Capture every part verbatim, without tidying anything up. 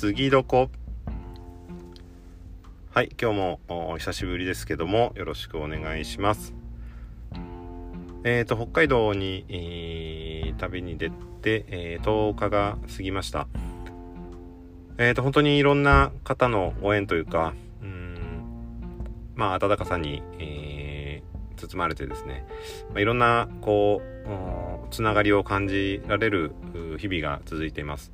次どこ。はい、今日もお久しぶりですけども、よろしくお願いします。えーと北海道に、えー、旅に出て、えー、とおかが過ぎました。えーと本当にいろんな方のご縁というか、うーんまあ温かさに、えー、包まれてですね、まあ、いろんなこうつながりを感じられる日々が続いています。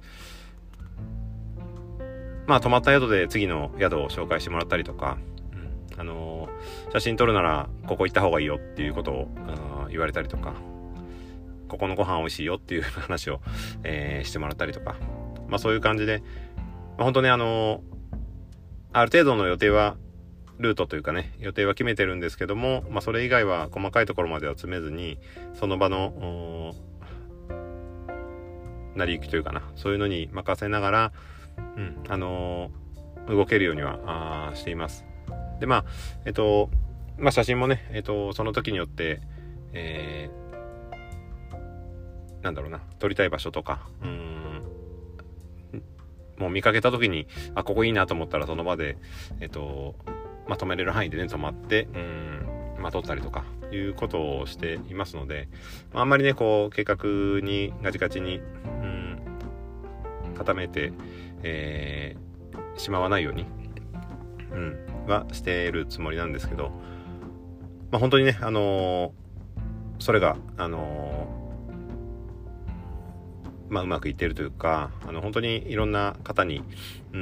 まあ泊まった宿で次の宿を紹介してもらったりとか、うん、あのー、写真撮るならここ行った方がいいよっていうことを言われたりとか、ここのご飯美味しいよっていう話を、えー、してもらったりとか、まあそういう感じで、まあ、本当ねあのー、ある程度の予定はルートというかね予定は決めてるんですけども、まあそれ以外は細かいところまでは詰めずに、その場の成り行きというかな、そういうのに任せながら、うんあのー、動けるようにはあしています。でまあえっとまあ写真もねえっとその時によって、えー、なんだろうな撮りたい場所とか、うーんもう見かけた時にあここいいなと思ったらその場でえっとまあ止めれる範囲でね止まってうーんまあ撮ったりとかいうことをしていますので、まあ、あんまりねこう計画にガチガチにうん固めて、えー、しまわないように、うん、はしているつもりなんですけど、まあ、本当にね、あのー、それが、あのーまあ、うまくいっているというか、あの本当にいろんな方に、うん、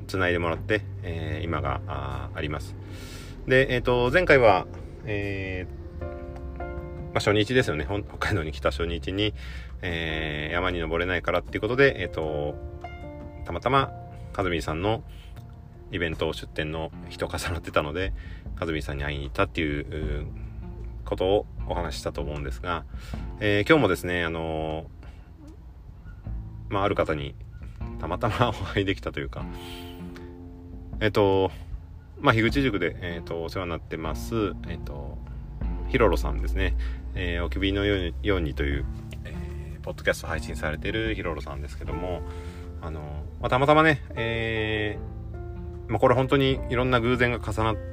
つないでもらって、えー、今が あ, あります。で、えーと、前回は、えーまあ、初日ですよね。北海道に来た初日に、えー、山に登れないからっていうことで、えーとたまたまカズミさんのイベント出店の日と重なってたので、カズミさんに会いに行ったっていうことをお話ししたと思うんですが、えー、今日もですねあのー、まあある方にたまたまお会いできたというか、えっ、ー、とまあ樋口塾で、えー、とお世話になってますえっ、ー、とヒロロさんですね、えー、おきびのように、ようにという、えー、ポッドキャスト配信されているヒロロさんですけども、あの、まあ、たまたまね、えーまあ、これ本当にいろんな偶然が重なって、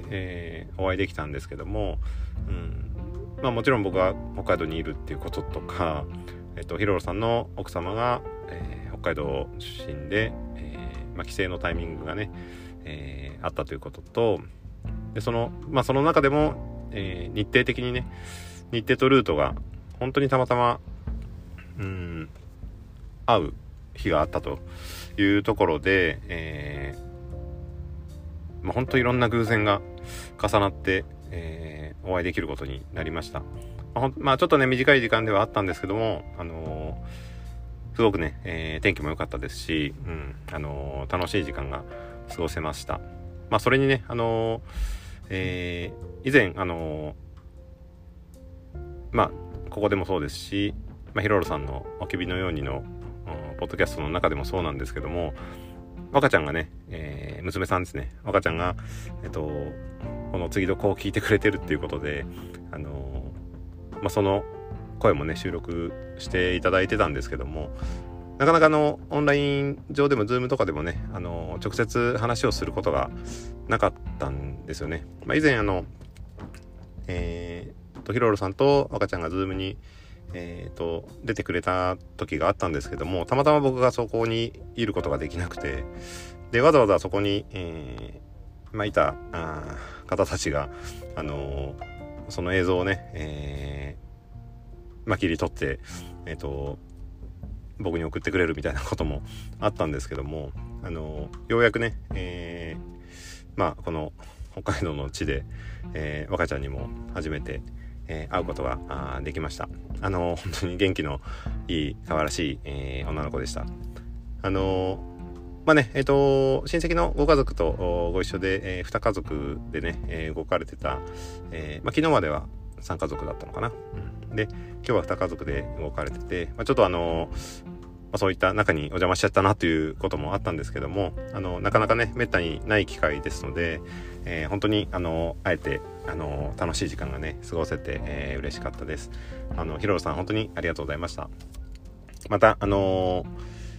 えー、お会いできたんですけども、うんまあ、もちろん僕が北海道にいるっていうこととか、えっと、ヒロロさんの奥様が、えー、北海道出身で、えーまあ、帰省のタイミングがね、えー、あったということと、でその、まあ、その中でも、えー、日程的にね日程とルートが本当にたまたまうん合う日があったというところで、えーまあ、本当いろんな偶然が重なって、えー、お会いできることになりました。まあ、まあ、ちょっとね短い時間ではあったんですけども、あのー、すごくね、えー、天気も良かったですし、うんあのー、楽しい時間が過ごせました。まあ、それにね、あのーえー、以前、あのー、まあここでもそうですし、まあ、ヒロロさんのおきびのようにのポッドキャストの中でもそうなんですけども、若ちゃんがね、えー、娘さんですね、若ちゃんが、えっと、この次どこを聞いてくれてるっていうことで、あのーまあ、その声もね収録していただいてたんですけども、なかなかのオンライン上でもズームとかでもね、あのー、直接話をすることがなかったんですよね。まあ、以前あの、えー、とヒロロさんと若ちゃんがズームにえーと出てくれた時があったんですけども、たまたま僕がそこにいることができなくて、でわざわざそこに、えーまあ、いたあ方たちが、あのー、その映像をね、えーまあ、切り取って、えーと僕に送ってくれるみたいなこともあったんですけども、あのー、ようやくね、えーまあ、この北海道の地で、えー、若ちゃんにも初めてえー、会うことができました。あのー、本当に元気のいい可愛らしい、えー、女の子でした。あのー、まあねえっ、ー、と親戚のご家族とご一緒で、えー、に家族でね、えー、動かれてた、えーまあ、昨日まではさん家族だったのかな、うん、で今日はに家族で動かれてて、まあ、ちょっとあのーまあ、そういった中にお邪魔しちゃったなということもあったんですけども、あのなかなかねめったにない機会ですので、えー、本当にあのあえてあの楽しい時間がね過ごせて、えー、嬉しかったです。あのヒロロさん本当にありがとうございました。またあのー、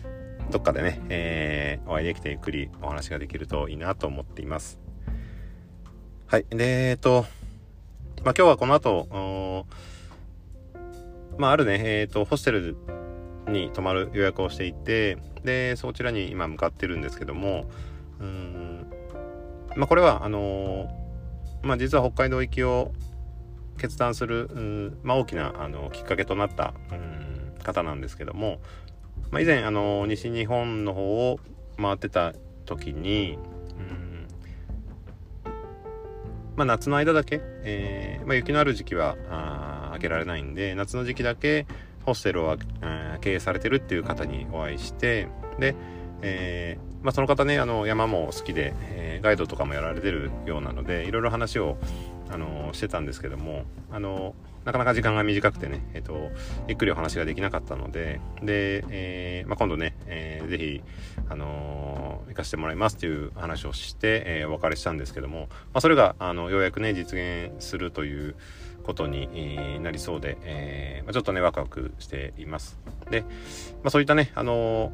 どっかでね、えー、お会いできてゆっくりお話ができるといいなと思っています。はい。で、えっと、まあ、今日はこの後、まあ、あるね、えっと、ホステルに泊まる予約をしていて、で、そちらに今向かってるんですけども、うーん、まあ、これは、あのー、まあ、実は北海道行きを決断する、うん、まあ、大きな、あの、きっかけとなった、うん、方なんですけども、まあ、以前、あの、西日本の方を回ってた時に、うんまあ、夏の間だけ、えーまあ、雪のある時期はあ開けられないんで、夏の時期だけホステルを、えー、経営されてるっていう方にお会いして、で、えーまあ、その方ね、あの山も好きで、えー、ガイドとかもやられてるようなので、いろいろ話を、あのー、してたんですけども、あのーなかなか時間が短くてね、えっと、ゆっくりお話ができなかったので、で、えーまあ、今度ね、えー、ぜひ、あのー、行かせてもらいますという話をして、えー、お別れしたんですけども、まあ、それが、あの、ようやくね、実現するということに、えー、なりそうで、えーまあ、ちょっとね、ワクワクしています。で、まあ、そういったね、あの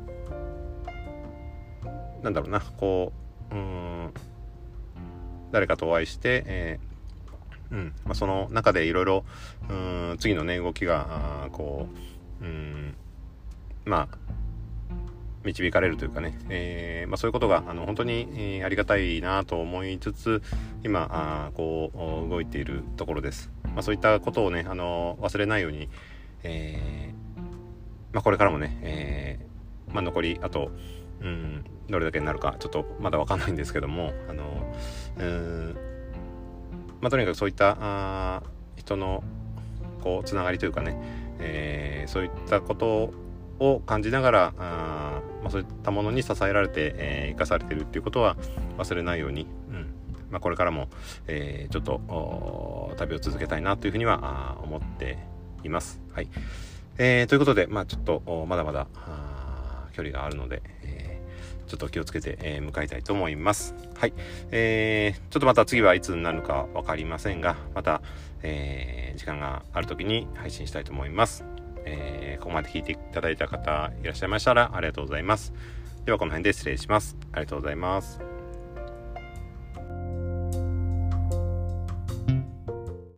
ー、なんだろうな、こう、うーん、誰かとお会いして、えーうんまあ、その中でいろいろ次のね動きがこううんまあ導かれるというかね、えーまあ、そういうことがあの本当に、えー、ありがたいなと思いつつ今あこう動いているところです。まあ、そういったことをねあの忘れないように、えーまあ、これからもね、えーまあ、残りあとうんどれだけになるかちょっとまだ分かんないんですけどもあのうんまあ、とにかくそういったあ人のこうつながりというかね、えー、そういったことを感じながらあ、まあ、そういったものに支えられて、えー、生かされているっていうことは忘れないように、うんまあ、これからも、えー、ちょっと旅を続けたいなというふうには思っています。はいえー、ということで、まあ、ちょっとまだまだ距離があるので、えーちょっと気をつけて、えー、向かいたいと思います。はい、えー、ちょっとまた次はいつになるか分かりませんが、また、えー、時間がある時に配信したいと思います。えー、ここまで聞いていただいた方いらっしゃいましたらありがとうございます。ではこの辺で失礼します。ありがとうございます。